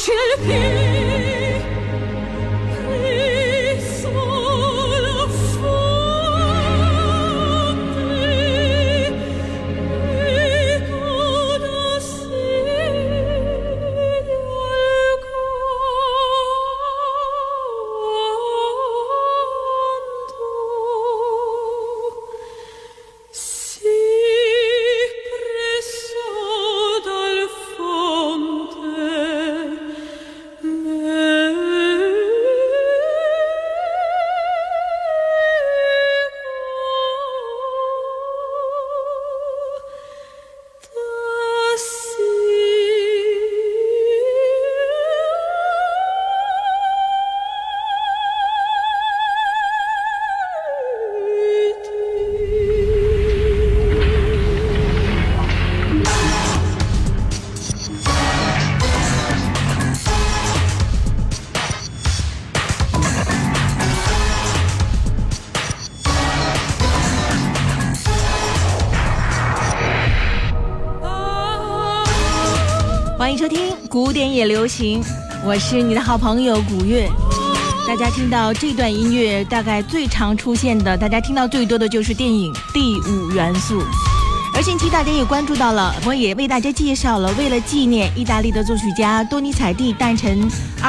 欢迎收听古典也流行，我是你的好朋友古月。大家听到这段音乐，大概最常出现的，大家听到最多的就是电影《第五元素》。而近期大家也关注到了，我也为大家介绍了，为了纪念意大利的作曲家多尼采蒂诞辰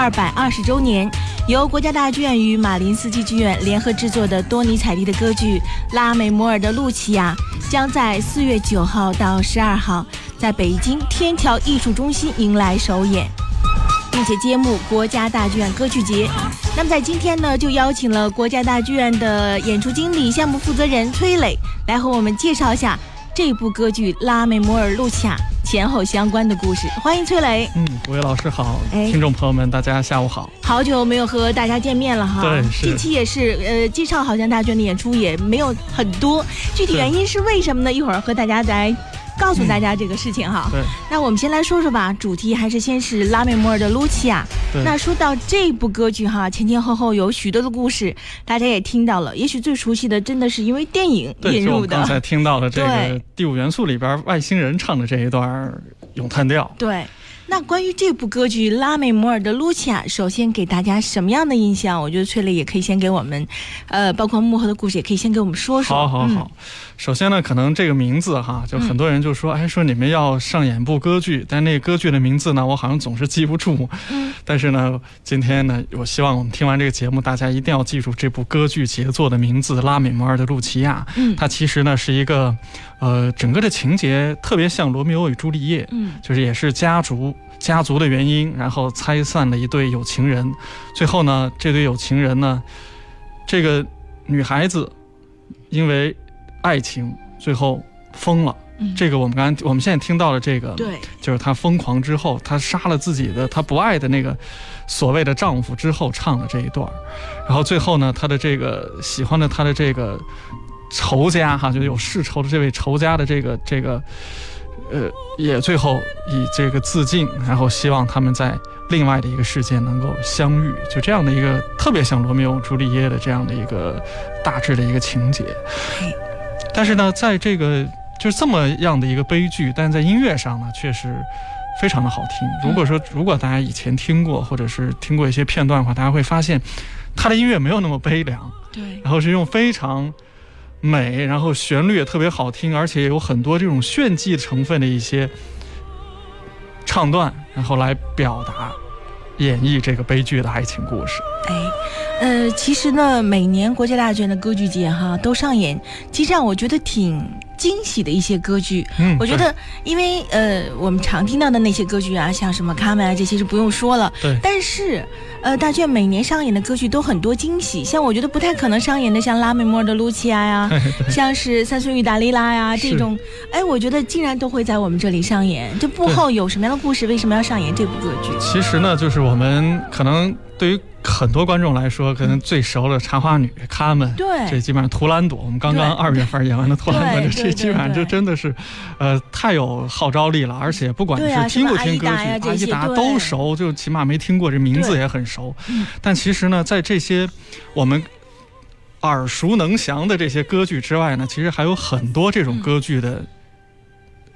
220周年，由国家大剧院与马林斯基剧院联合制作的多尼采蒂的歌剧《拉美摩尔的露琪亚》将在4月9号到12号在北京天桥艺术中心迎来首演，并且揭幕国家大剧院歌剧节。那么在今天呢，就邀请了国家大剧院的演出经理、项目负责人崔磊来和我们介绍一下这部歌剧《拉美摩尔露琪亚》前后相关的故事。欢迎崔磊。 古伟老师好，听众朋友们大家下午好。 好久没有和大家见面了哈。 对， 近期也是介绍好像大剧院的演出也没有很多，具体原因是为什么呢？一会儿和大家来告诉大家这个事情哈。 对， 那我们先来说说吧，主题还是先是拉美摩尔的露琪亚。那说到这部歌剧哈，前前后后有许多的故事，大家也听到了。也许最熟悉的真的是因为电影引入的。 对，刚才听到了这个第五元素里边外星人唱的这一段咏叹调。 对。那关于这部歌剧《拉美摩尔的露琪亚》，首先给大家什么样的印象？我觉得崔磊也可以先给我们，包括幕后的故事也可以先给我们说说。 好。首先呢，可能这个名字哈，就很多人就说，说你们要上演部歌剧，但那个歌剧的名字呢，我好像总是记不住。但是呢，今天呢，我希望我们听完这个节目，大家一定要记住这部歌剧杰作的名字《拉美摩尔的露琪亚》。它其实呢是一个，整个的情节特别像《罗密欧与朱丽叶》，就是也是家族的原因，然后拆散了一对有情人。最后呢，这对有情人呢，这个女孩子因为爱情最后疯了。这个我们现在听到了这个， 对， 就是她疯狂之后，她杀了自己的她不爱的那个所谓的丈夫之后唱的这一段。然后最后呢，她的这个喜欢的她的这个仇家哈，就有世仇的这位仇家的这个也最后以这个自尽，然后希望他们在另外的一个世界能够相遇，就这样的一个特别像罗密欧朱丽叶的这样的一个大致的一个情节。但是呢，在这个就是这么样的一个悲剧，但在音乐上呢，确实非常的好听。如果大家以前听过或者是听过一些片段的话，大家会发现他的音乐没有那么悲凉， 对， 然后是用非常美，然后旋律也特别好听，而且有很多这种炫技成分的一些唱段，然后来表达演绎这个悲剧的爱情故事。 其实呢，每年国家大剧院的歌剧节哈都上演，其实让我觉得挺惊喜的一些歌剧。我觉得因为我们常听到的那些歌剧啊，像什么卡门啊这些是不用说了， 对。 但是大剧院每年上演的歌剧都很多惊喜，像我觉得不太可能上演的，像拉美摩尔的露琪亚呀，像是三孙与达利拉呀这种，我觉得竟然都会在我们这里上演。这幕后有什么样的故事？为什么要上演这部歌剧？ 其实呢，就是我们可能对于很多观众来说，可能最熟的茶花女、卡门， 对， 这基本上图兰朵，我们刚刚2月份演完的图兰朵，这基本上就真的是，太有号召力了。而且不管是听不听歌剧，阿依达都熟，就起码没听过，这名字也很熟。但其实呢，在这些我们耳熟能详的这些歌剧之外呢，其实还有很多这种歌剧的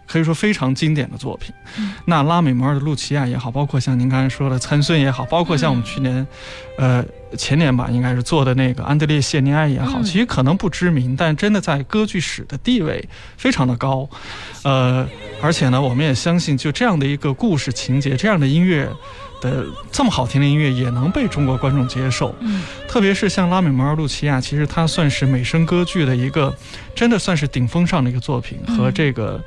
可以说非常经典的作品。那拉美摩尔的露琪亚也好，包括像您刚才说的参孙也好，包括像我们去年前年吧应该是做的那个安德烈谢尼埃也好，其实可能不知名，但真的在歌剧史的地位非常的高。而且呢我们也相信就这样的一个故事情节，这样的音乐的这么好听的音乐也能被中国观众接受。特别是像拉美摩尔露琪亚，其实它算是美声歌剧的一个真的算是顶峰上的一个作品，和这个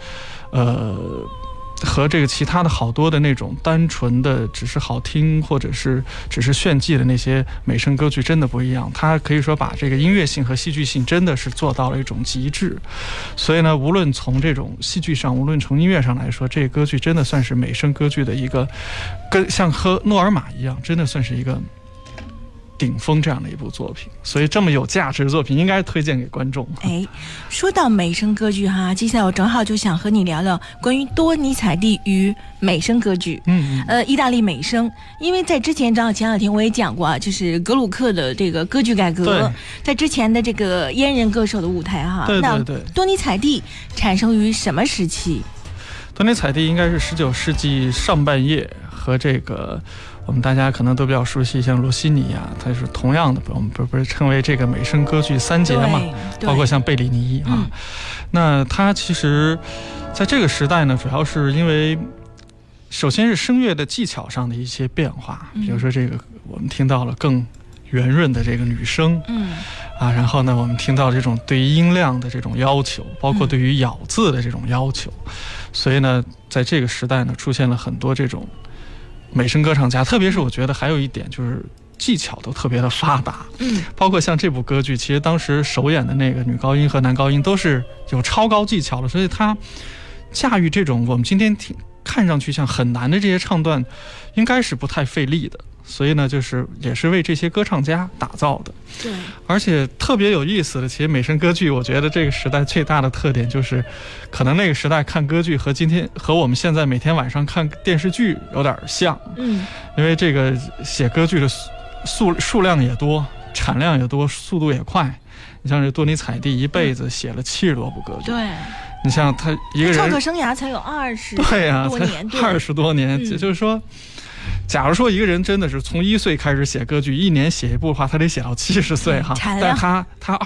其他的好多的那种单纯的只是好听或者是只是炫技的那些美声歌剧真的不一样，它可以说把这个音乐性和戏剧性真的是做到了一种极致。所以呢无论从这种戏剧上，无论从音乐上来说，这个歌剧真的算是美声歌剧的一个像和诺尔玛一样，真的算是一个顶峰这样的一部作品，所以这么有价值的作品应该推荐给观众。 说到美声歌剧哈，接下来我正好就想和你聊聊关于多尼采蒂与美声歌剧。意大利美声，因为在之前正好前两天我也讲过啊，就是格鲁克的这个歌剧改革，在之前的这个阉人歌手的舞台哈。 对。 那多尼采蒂产生于什么时期？ 多尼采蒂应该是19世纪上半叶，和这个我们大家可能都比较熟悉，像罗西尼啊，他是同样的，我们不是称为这个美声歌剧三杰嘛，包括像贝里尼啊。那他其实在这个时代呢，主要是因为首先是声乐的技巧上的一些变化，比如说这个我们听到了更圆润的这个女声，然后呢我们听到这种对于音量的这种要求，包括对于咬字的这种要求，所以呢在这个时代呢出现了很多这种美声歌唱家，特别是我觉得还有一点就是技巧都特别的发达。包括像这部歌剧，其实当时首演的那个女高音和男高音都是有超高技巧的，所以他驾驭这种我们今天看上去像很难的这些唱段应该是不太费力的，所以呢就是也是为这些歌唱家打造的。 对， 而且特别有意思的，其实美声歌剧我觉得这个时代最大的特点就是可能那个时代看歌剧和我们现在每天晚上看电视剧有点像。因为这个写歌剧的数量也多，产量也多，速度也快。你像这多尼采蒂一辈子写了70多部歌剧。 对， 你像他一个人创作生涯才有20多年， 才20多年，也就是说假如说一个人真的是从1岁开始写歌剧，一年写一部的话，他得写到70岁哈。但他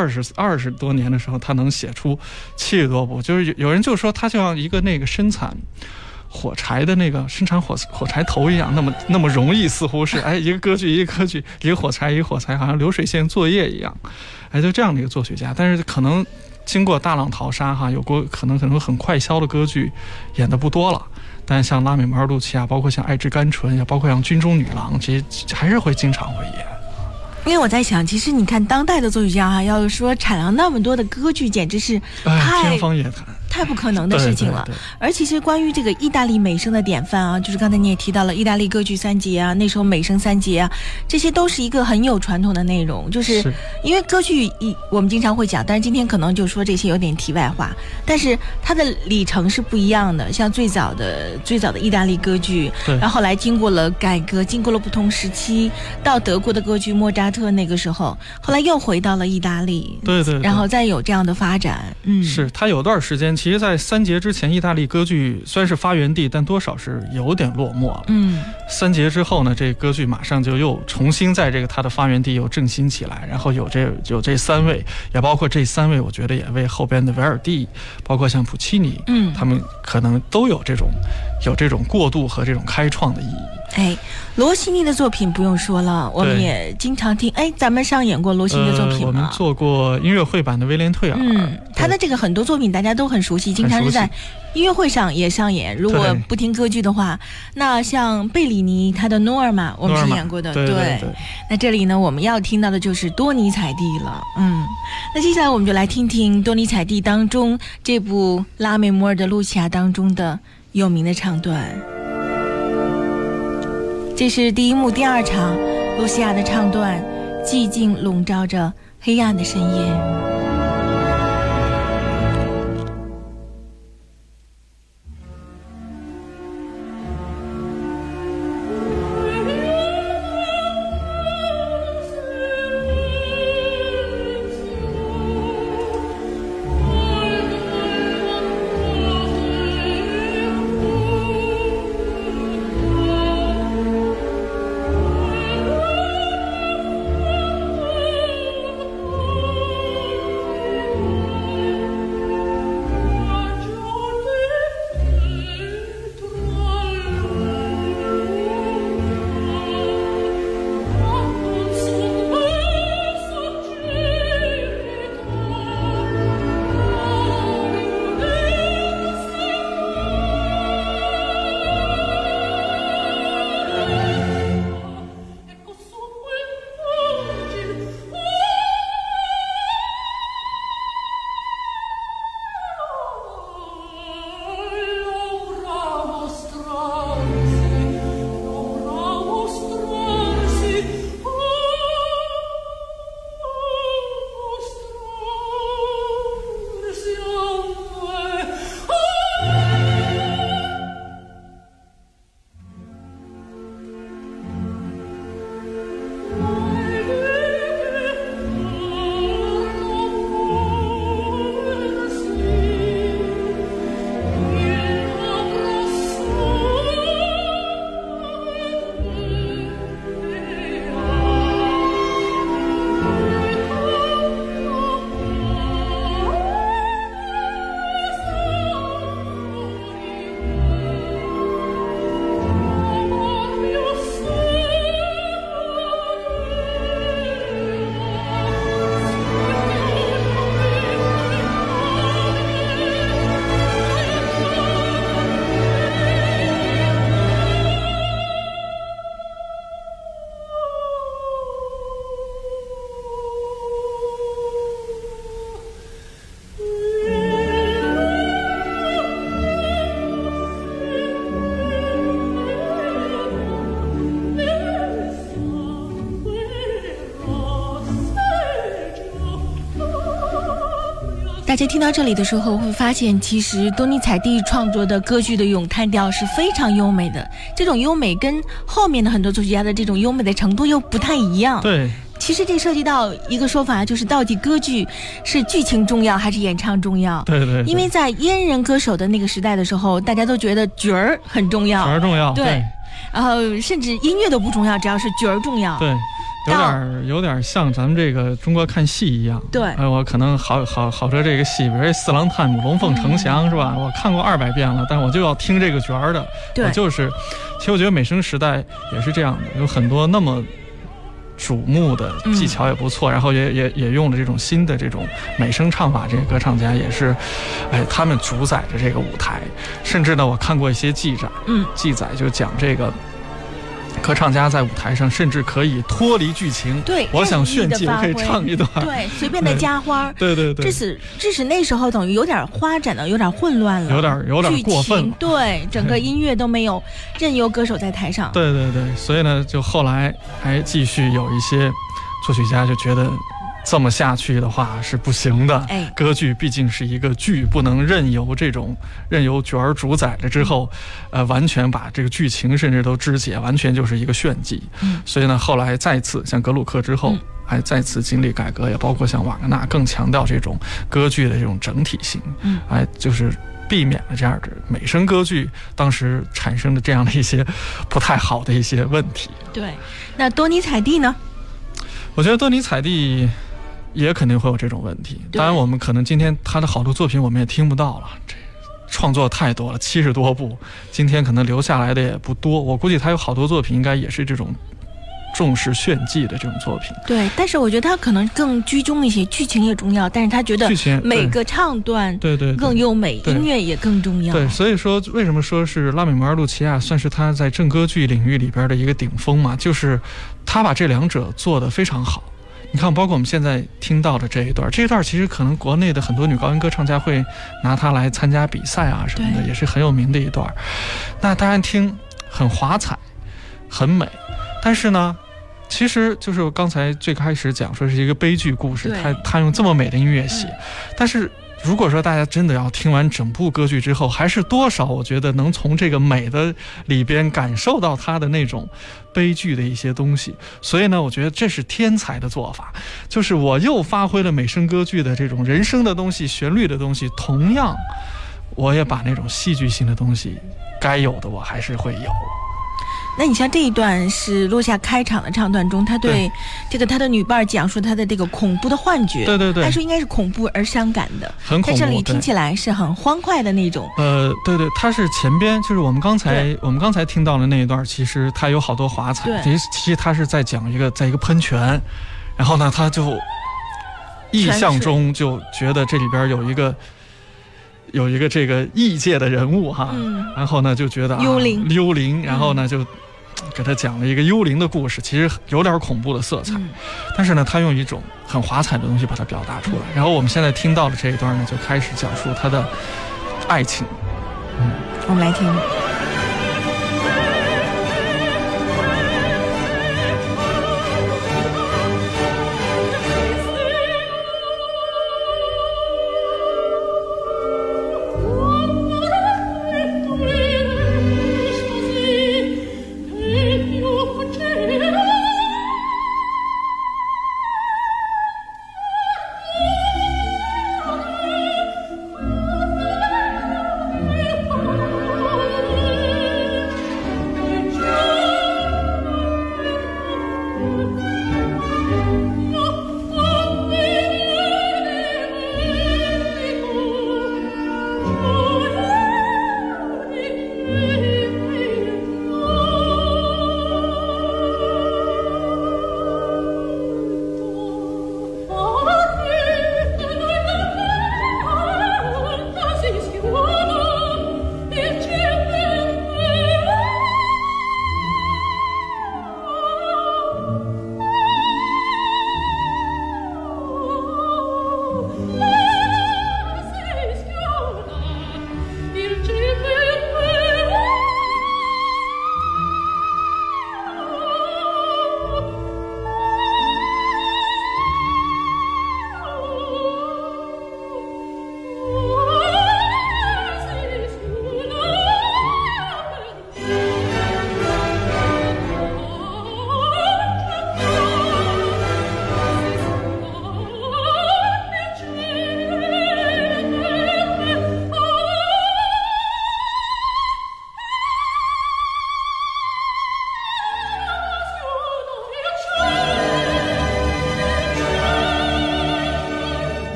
20多年的时候，他能写出70多部，就是有人就说他就像一个那个生产火柴的那个生产火柴头一样，那么容易，似乎是一个歌剧一个歌剧，一个火柴一个火柴，好像流水线作业一样，就这样的一个作曲家。但是可能经过大浪淘沙哈，有过可能很快消的歌剧演的不多了。但像拉美摩尔露琪亚，包括像爱之甘醇，也包括像军中女郎，其实还是会经常会演。 因为我在想，其实你看当代的作曲家要是说产量那么多的歌剧，简直是天方夜谭， 太不可能的事情了。 对。 而其实关于这个意大利美声的典范啊，就是刚才你也提到了意大利歌剧三杰啊，那时候美声三杰啊，这些都是一个很有传统的内容。就是因为歌剧我们经常会讲，但是今天可能就说这些有点题外话，但是它的里程是不一样的。像最早的意大利歌剧，然后后来经过了改革，经过了不同时期，到德国的歌剧莫扎特那个时候，后来又回到了意大利， 对， 然后再有这样的发展。 是他有段时间，其实在三杰之前，意大利歌剧虽然是发源地，但多少是有点落寞了。三杰之后呢，这歌剧马上就又重新在这个它的发源地又振兴起来，然后有这三位，也包括这三位，我觉得也为后边的维尔蒂，包括像普契尼，他们可能都有这种过渡和这种开创的意义。 罗西尼的作品不用说了，我们也经常听。咱们上演过罗西尼的作品吗？ 我们做过音乐会版的威廉退尔。他的这个很多作品大家都很熟悉，经常是在音乐会上也上演。如果不听歌剧的话，那像贝里尼他的诺尔玛我们是演过的。对。 那这里呢，我们要听到的就是多尼采蒂了。那接下来我们就来听听多尼采蒂当中这部拉美摩尔的露琪亚当中的有名的唱段。这是第一幕第2场，露西亚的唱段，寂静笼罩着黑暗的深夜。 家听到这里的时候会发现，其实多尼采蒂创作的歌剧的咏叹调是非常优美的，这种优美跟后面的很多作曲家的这种优美的程度又不太一样。 对， 其实这涉及到一个说法，就是到底歌剧是剧情重要还是演唱重要？ 对对， 因为在阉人歌手的那个时代的时候，大家都觉得角儿很重要， 角儿重要， 对，然后甚至音乐都不重要，只要是角儿重要。 对。有点像咱们这个中国看戏一样， 对， 我可能好这个戏，比如《四郎探母》《龙凤呈祥》是吧？我看过200遍了，但我就要听这个角儿的。 对， 我就是，其实我觉得美声时代也是这样的，有很多那么瞩目的技巧也不错，然后也用了这种新的这种美声唱法，这些歌唱家也是，他们主宰着这个舞台。甚至呢，我看过一些记载就讲这个。歌唱家在舞台上甚至可以脱离剧情， 对， 我想炫技，我可以唱一段， 对，随便的加花， 对， 致使那时候等于有点花展了，有点混乱了， 有点过分了， 对，整个音乐都没有，任由歌手在台上， 对，所以呢，就后来还继续有一些作曲家就觉得。这么下去的话是不行的，歌剧毕竟是一个剧，不能任由角儿主宰了之后，完全把这个剧情甚至都肢解，完全就是一个炫技。所以呢，后来再次像格鲁克之后，还再次经历改革，也包括像瓦格纳更强调这种歌剧的这种整体性，就是避免了这样的美声歌剧当时产生的这样的一些不太好的一些问题。 对，那多尼采蒂呢？ 我觉得多尼采蒂。也肯定会有这种问题，当然我们可能今天他的好多作品我们也听不到了，这创作太多了，70多部，今天可能留下来的也不多。我估计他有好多作品应该也是这种重视炫技的这种作品。 对，但是我觉得他可能更居中一些，剧情也重要，但是他觉得每个唱段对更优美，音乐也更重要。 对，所以说为什么说是拉美摩尔路齐亚算是他在正歌剧领域里边的一个顶峰嘛，就是他把这两者做得非常好。你看，包括我们现在听到的这一段其实可能国内的很多女高音歌唱家会拿它来参加比赛啊什么的，也是很有名的一段。那当然听很华彩，很美，但是呢，其实就是我刚才最开始讲说是一个悲剧故事，他用这么美的音乐写，但是。如果说大家真的要听完整部歌剧之后，还是多少我觉得能从这个美的里边感受到它的那种悲剧的一些东西。所以呢，我觉得这是天才的做法，就是我又发挥了美声歌剧的这种人声的东西、旋律的东西，同样我也把那种戏剧性的东西该有的我还是会有。 那你像这一段是落下开场的唱段中，他对这个他的女伴讲述他的这个恐怖的幻觉， 对， 他说应该是恐怖而伤感的， 很恐怖， 在这里听起来是很欢快的那种。 对，他是前边就是我们刚才听到的那一段，其实他有好多华彩，其实他是在讲在一个喷泉，然后呢他就意象中就觉得这里边有一个这个异界的人物哈，然后呢就觉得幽灵，然后呢就给他讲了一个幽灵的故事，其实有点恐怖的色彩，但是呢他用一种很华彩的东西把它表达出来。然后我们现在听到的这一段呢，就开始讲述他的爱情。 我们来听。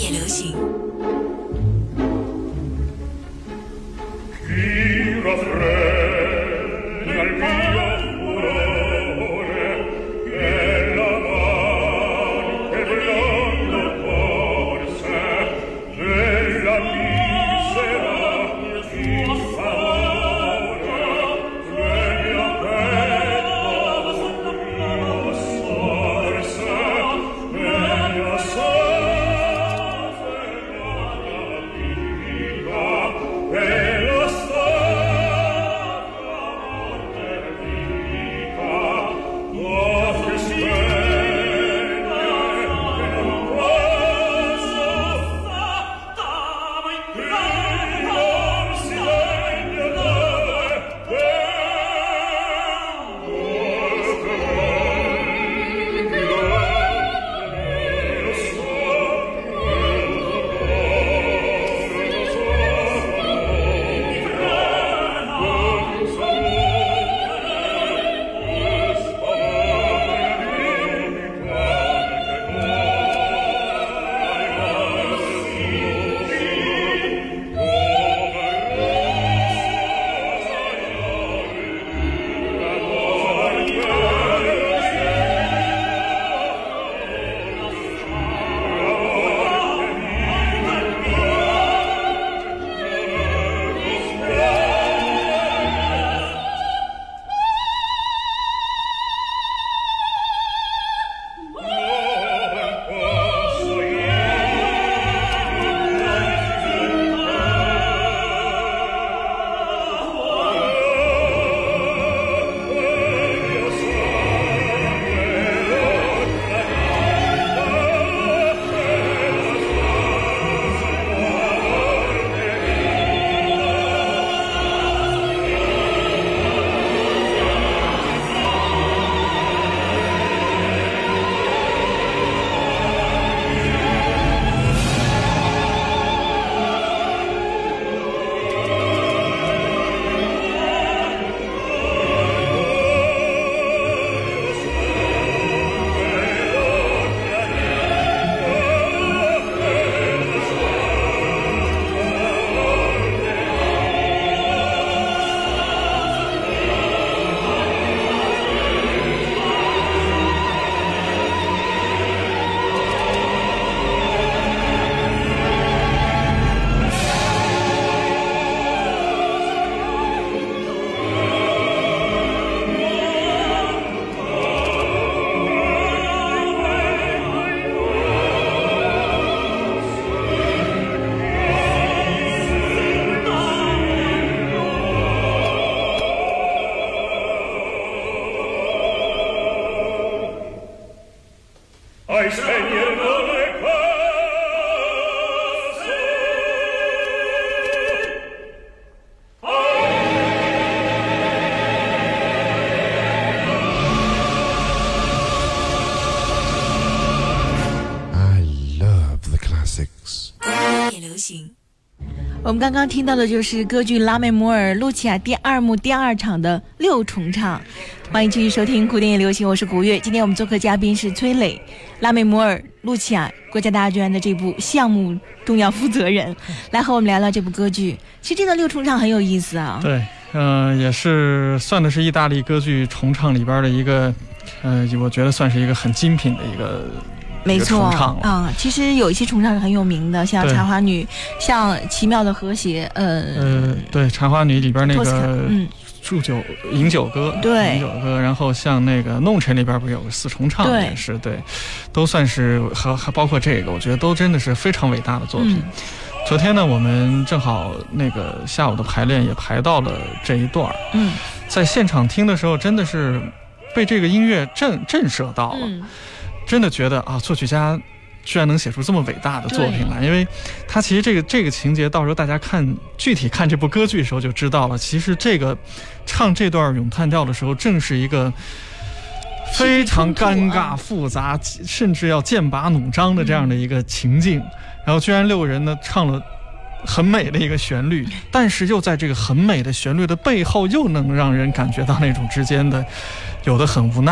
也流行。我们刚刚听到的就是歌剧《拉美摩尔·露琪亚》第二幕第二场的6重唱。欢迎继续收听古典也流行，我是古月。今天我们做客嘉宾是崔磊，拉美摩尔·露琪亚国家大剧院的这部项目重要负责人，来和我们聊聊这部歌剧。其实这个6重唱很有意思啊。 对，也是算的是意大利歌剧重唱里边的一个，我觉得算是一个很精品的一个。 没错啊，其实有一些重唱是很有名的，像《茶花女》，像《奇妙的和谐》， 对，《茶花女》里边那个饮酒歌， 对， 饮酒歌，然后像那个《弄臣》里边不是有个4重唱，也是对，都算是还包括这个，我觉得都真的是非常伟大的作品。昨天呢，我们正好那个下午的排练也排到了这一段，在现场听的时候，真的是被这个音乐震慑到了。真的觉得啊，作曲家居然能写出这么伟大的作品来，因为他其实这个情节，到时候大家具体看这部歌剧的时候就知道了。其实这个唱这段咏叹调的时候，正是一个非常尴尬复杂，甚至要剑拔弩张的这样的一个情境。然后居然6个人呢唱了很美的一个旋律，但是又在这个很美的旋律的背后，又能让人感觉到那种之间的有的很无奈，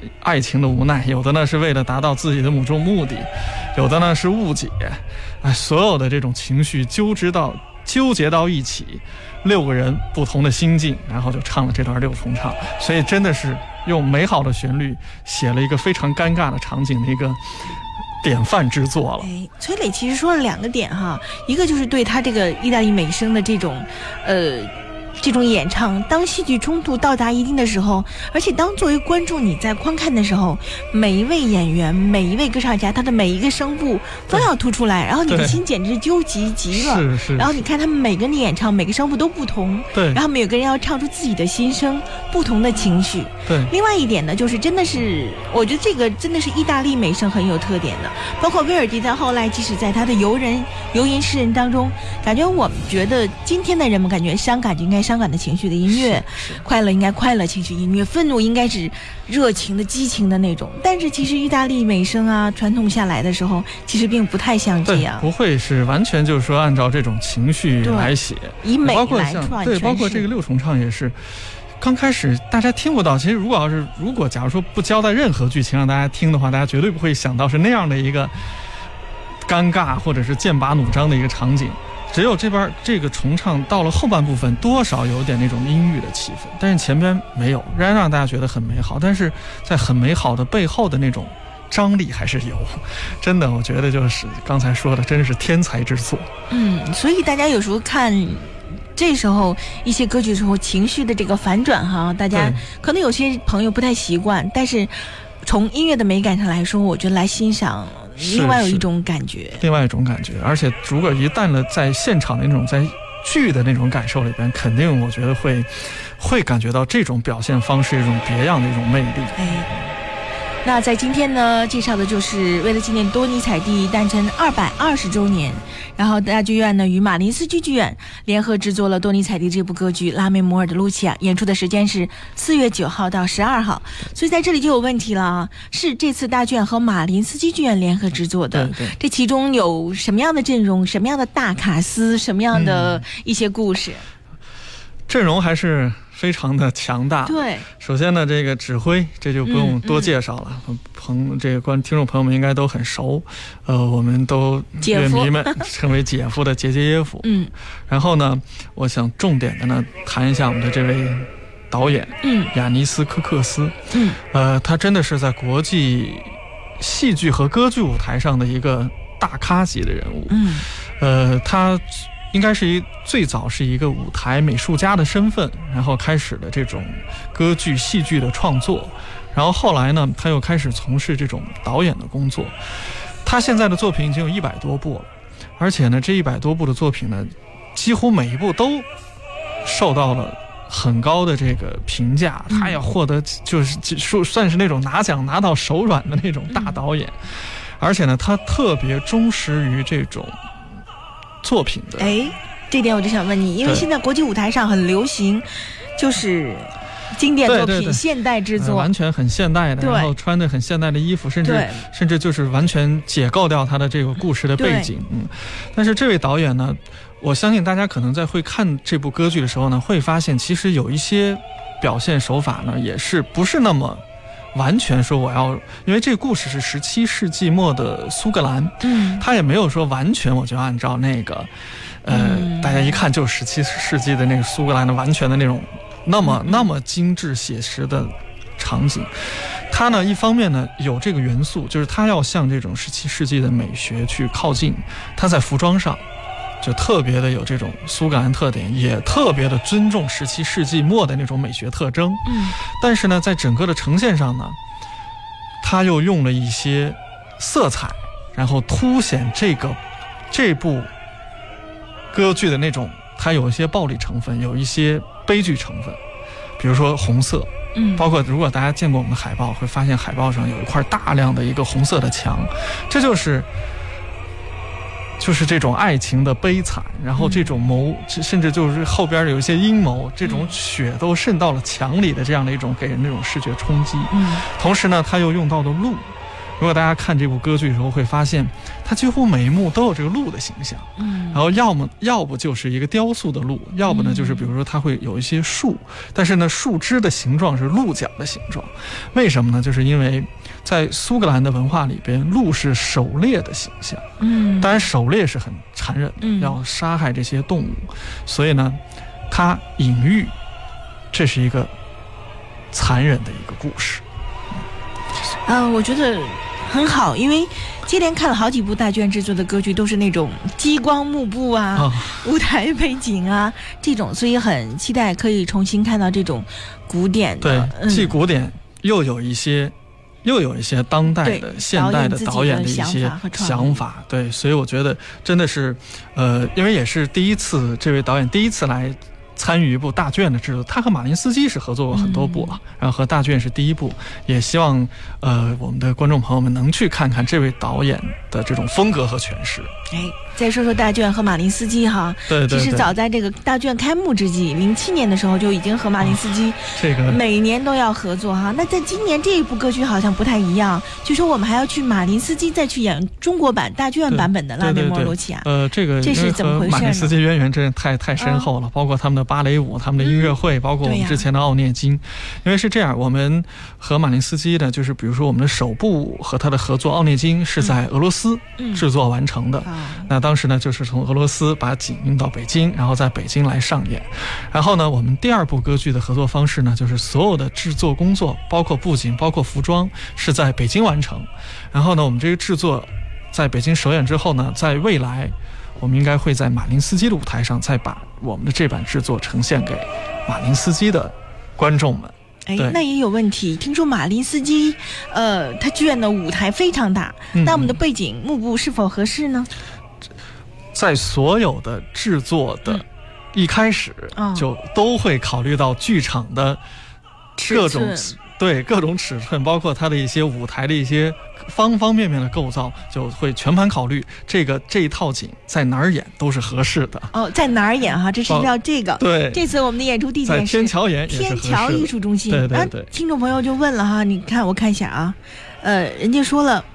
爱情的无奈，有的呢是为了达到自己的某种目的，有的呢是误解，所有的这种情绪纠结到一起，6个人不同的心境，然后就唱了这段6重唱，所以真的是用美好的旋律写了一个非常尴尬的场景的一个典范之作了。 崔磊其实说了2个点哈，一个就是对他这个意大利美声的这种演唱，当戏剧冲突到达一定的时候，而且当作为观众你在观看的时候，每一位演员每一位歌唱家他的每一个声部都要突出来，然后你的心简直纠结极了。是。然后你看他们每个人的演唱，每个声部都不同，对，然后每个人要唱出自己的心声，不同的情绪。对。另外一点呢，就是真的是我觉得这个真的是意大利美声很有特点的，包括威尔第在后来即使在他的游吟诗人当中，感觉我们觉得今天的人们感觉伤感就应该伤感的情绪的音乐，快乐应该快乐情绪音乐，愤怒应该是热情的激情的那种。但是其实意大利美声啊传统下来的时候，其实并不太像这样， 不会是完全就是说按照这种情绪来写，以美来创。对，包括这个6重唱也是刚开始大家听不到，其实如果假如说不交代任何剧情让大家听的话，大家绝对不会想到是那样的一个尴尬或者是剑拔弩张的一个场景。只有这边这个重唱到了后半部分多少有点那种阴郁的气氛，但是前边没有，仍然让大家觉得很美好，但是在很美好的背后的那种张力还是有，真的我觉得就是刚才说的真是天才之作。 所以大家有时候看这时候一些歌曲的时候情绪的这个反转哈，大家可能有些朋友不太习惯，但是从音乐的美感上来说，我觉得来欣赏另外有一种感觉，而且如果一旦了在现场的那种在剧的那种感受里边，肯定我觉得会感觉到这种表现方式一种别样的一种魅力。 那在今天呢，介绍的就是为了纪念多尼采蒂诞辰220周年，然后大剧院呢与马林斯基剧院联合制作了多尼采蒂这部歌剧《拉梅摩尔的露西亚》，演出的时间是4月9号到12号。所以在这里就有问题了啊，是这次大剧院和马林斯基剧院联合制作的，这其中有什么样的阵容，什么样的大卡司，什么样的一些故事？ 阵容还是非常的强大。 对， 首先呢，这个指挥这就不用多介绍了，这个听众朋友们应该都很熟，我们都乐迷们称为姐夫的杰杰耶夫。然后呢，我想重点的呢谈一下我们的这位导演，亚尼斯科克斯。他真的是在国际戏剧和歌剧舞台上的一个大咖级的人物。他应该是最早是一个舞台美术家的身份，然后开始的这种歌剧戏剧的创作，然后后来呢他又开始从事这种导演的工作。他现在的作品已经有100多部了，而且呢这100多部的作品呢几乎每一部都受到了很高的这个评价，他也获得就是算是那种拿奖拿到手软的那种大导演。而且呢他特别忠实于这种作品的。 这点我就想问你，因为现在国际舞台上很流行就是经典作品，现代制作， 完全很现代的，然后穿的很现代的衣服，甚至就是完全解构掉他的这个故事的背景。但是这位导演呢，我相信大家可能在会看这部歌剧的时候呢，会发现其实有一些表现手法呢也是不是那么完全说因为这个故事是17世纪末的苏格兰，他也没有说完全我就按照那个大家一看就是17世纪的那个苏格兰的完全的那种那么精致写实的场景。他呢一方面呢有这个元素，就是他要向这种17世纪的美学去靠近，他在服装上就特别的有这种苏格兰特点，也特别的尊重17世纪末的那种美学特征。但是呢在整个的呈现上呢，他又用了一些色彩，然后凸显这部歌剧的那种，它有一些暴力成分，有一些悲剧成分，比如说红色。包括如果大家见过我们的海报，会发现海报上有一块大量的一个红色的墙，这就是这种爱情的悲惨，然后这种甚至就是后边有一些阴谋，这种血都渗到了墙里的这样的一种给人那种视觉冲击。同时呢他又用到的鹿， 如果大家看这部歌剧的时候会发现，它几乎每一幕都有这个鹿的形象，然后要不就是一个雕塑的鹿，要不呢就是比如说它会有一些树，但是呢树枝的形状是鹿角的形状。为什么呢？就是因为在苏格兰的文化里边，鹿是狩猎的形象，当然狩猎是很残忍的，要杀害这些动物，所以呢它隐喻这是一个残忍的一个故事。 我觉得很好，因为接连看了好几部大剧院制作的歌剧，都是那种激光幕布啊、舞台背景啊这种，所以很期待可以重新看到这种古典的， 对，既古典又有一些当代的现代的导演的一些想法，对，所以我觉得真的是，因为也是这位导演第一次来参与一部大剧院的制作，他和马林斯基是合作过很多部然后和大剧院是第一部，也希望我们的观众朋友们能去看看这位导演的这种风格和诠释。 再说说大剧院和马林斯基哈， 对， 其实早在这个大剧院开幕之际，07年的时候就已经和马林斯基每年都要合作哈。那在今年这一部歌剧好像不太一样，据说我们还要去马林斯基再去演中国版大剧院版本的拉梅莫罗齐亚。这是怎么回事呢？ 马林斯基渊源真是太深厚了，包括他们的芭蕾舞、他们的音乐会，包括我们之前的奥涅金。因为是这样，我们和马林斯基的，就是比如说我们的首部和他的合作奥涅金是在俄罗斯制作完成的。那当时呢，就是从俄罗斯把景运到北京，然后在北京来上演。然后呢，我们第二部歌剧的合作方式呢，就是所有的制作工作，包括布景、包括服装，是在北京完成。然后呢，我们这个制作在北京首演之后呢，在未来我们应该会在马林斯基的舞台上再把我们的这版制作呈现给马林斯基的观众们。 那也有问题。听说马林斯基他剧院的舞台非常大，那我们的背景幕布是否合适呢？ 在所有的制作的一开始就都会考虑到剧场的各种尺寸，包括它的一些舞台的一些方方面面的构造，就会全盘考虑这一套景在哪儿演都是合适的。 在哪儿演哈？这是要这个。对，这次我们的演出地点是在天桥演， 天桥艺术中心。 对。 听众朋友就问了哈，你看我看一下啊，人家说了，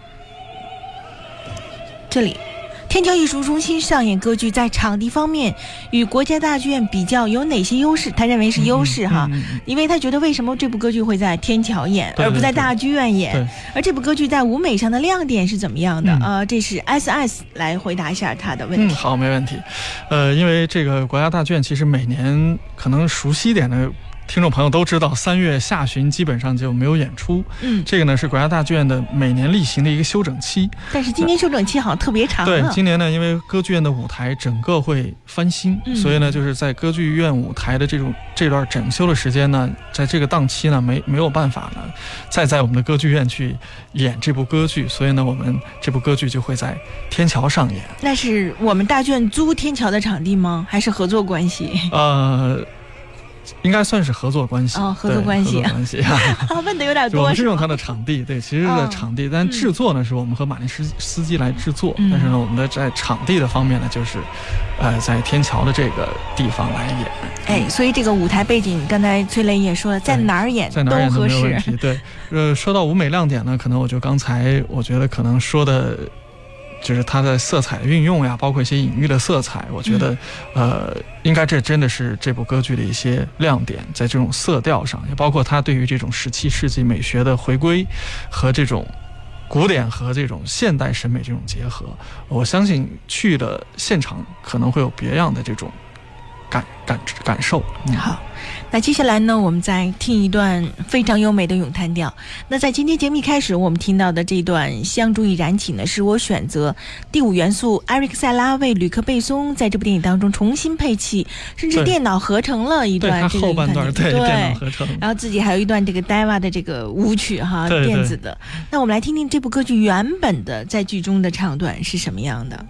这里。天桥艺术中心上演歌剧在场地方面与国家大剧院比较有哪些优势？他认为是优势哈，因为他觉得为什么这部歌剧会在天桥演而不在大剧院演，而这部歌剧在舞美上的亮点是怎么样的？这是 SS 来回答一下他的问题。 好，没问题。因为这个国家大剧院其实每年可能熟悉一点的听众朋友都知道，3月下旬基本上就没有演出。这个呢是国家大剧院的每年例行的一个休整期。 但是今年休整期好像特别长。 对，今年呢，因为歌剧院的舞台整个会翻新，所以呢，就是在歌剧院舞台的这段整修的时间呢，在这个档期呢，没有办法呢，再在我们的歌剧院去演这部歌剧，所以呢，我们这部歌剧就会在天桥上演。 那是我们大剧院租天桥的场地吗？还是合作关系？ 应该算是合作关系。 合作关系。问的有点多。 我们是用他的场地，对，其实是场地，但制作呢是我们和马林斯基来制作，但是呢，我们的在场地的方面呢，就是在天桥的这个地方来演。 所以这个舞台背景，刚才崔雷也说了，在哪儿演都合适。 没有问题。对，说到舞美亮点呢，可能我刚才我觉得可能说的。就是它的色彩的运用呀，包括一些隐喻的色彩，我觉得，应该这真的是这部歌剧的一些亮点，在这种色调上，也包括它对于这种17世纪美学的回归和这种古典和这种现代审美这种结合，我相信去了现场可能会有别样的这种感受。 好，那接下来呢，我们再听一段非常优美的咏叹调。那在今天节目一开始我们听到的这段香烛已燃起呢，是我选择第5元素艾瑞克塞拉为吕克贝松在这部电影当中重新配器，甚至电脑合成了一段这个后半段，对，电脑合成， 然后自己还有一段这个 Deva 的这个舞曲哈，电子的。那我们来听听这部歌剧原本的在剧中的唱段是什么样的。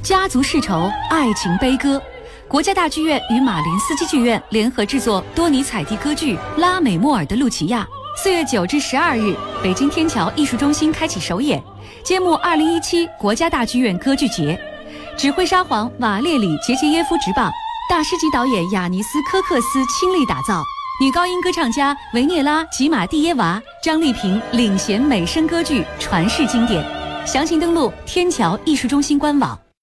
家族世仇，爱情悲歌。国家大剧院与马林斯基剧院联合制作多尼采蒂歌剧《拉美莫尔的露琪亚》，4月9至12日，北京天桥艺术中心开启首演，揭幕2017国家大剧院歌剧节。指挥沙皇瓦列里·杰杰耶夫执棒，大师级导演雅尼斯·科克斯亲力打造，女高音歌唱家维涅拉·吉马蒂耶娃、张丽萍领衔美声歌剧，传世经典。详情登录天桥艺术中心官网。